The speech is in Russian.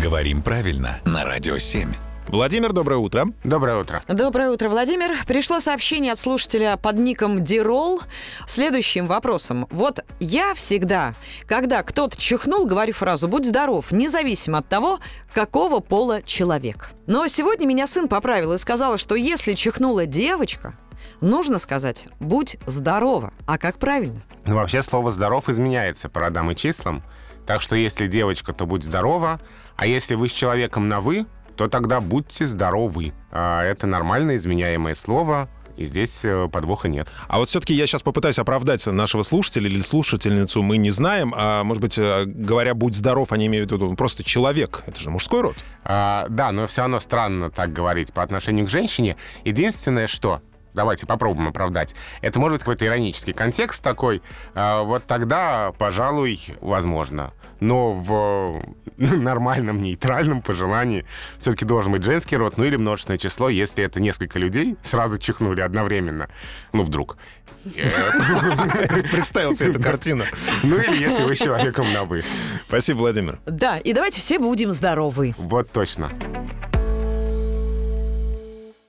Говорим правильно на Радио 7. Владимир, доброе утро. Доброе утро. Доброе утро, Владимир. Пришло сообщение от слушателя под ником Дирол с следующим вопросом. Вот я всегда, когда кто-то чихнул, говорю фразу «будь здоров», независимо от того, какого пола человек. Но сегодня меня сын поправил и сказал, что если чихнула девочка, нужно сказать «будь здорова». А как правильно? Ну, вообще слово «здоров» изменяется по родам и числам. Так что если девочка, то будь здорова. А если вы с человеком на «вы», то тогда будьте здоровы. Это нормальное изменяемое слово, и здесь подвоха нет. А вот все-таки я сейчас попытаюсь оправдать нашего слушателя или слушательницу, мы не знаем. А может быть, говоря «будь здоров», они имеют в виду просто человек. Это же мужской род. Да, но все равно странно так говорить по отношению к женщине. Единственное, что... Давайте попробуем оправдать. Это может быть какой-то иронический контекст такой. Вот тогда, пожалуй, возможно. Но в нормальном, нейтральном пожелании все-таки должен быть женский род, ну или множественное число, если это несколько людей сразу чихнули одновременно. Ну, вдруг. Представил себе эту картину. Ну или если вы с человеком на «вы». Спасибо, Владимир. Да, и давайте все будем здоровы. Вот точно.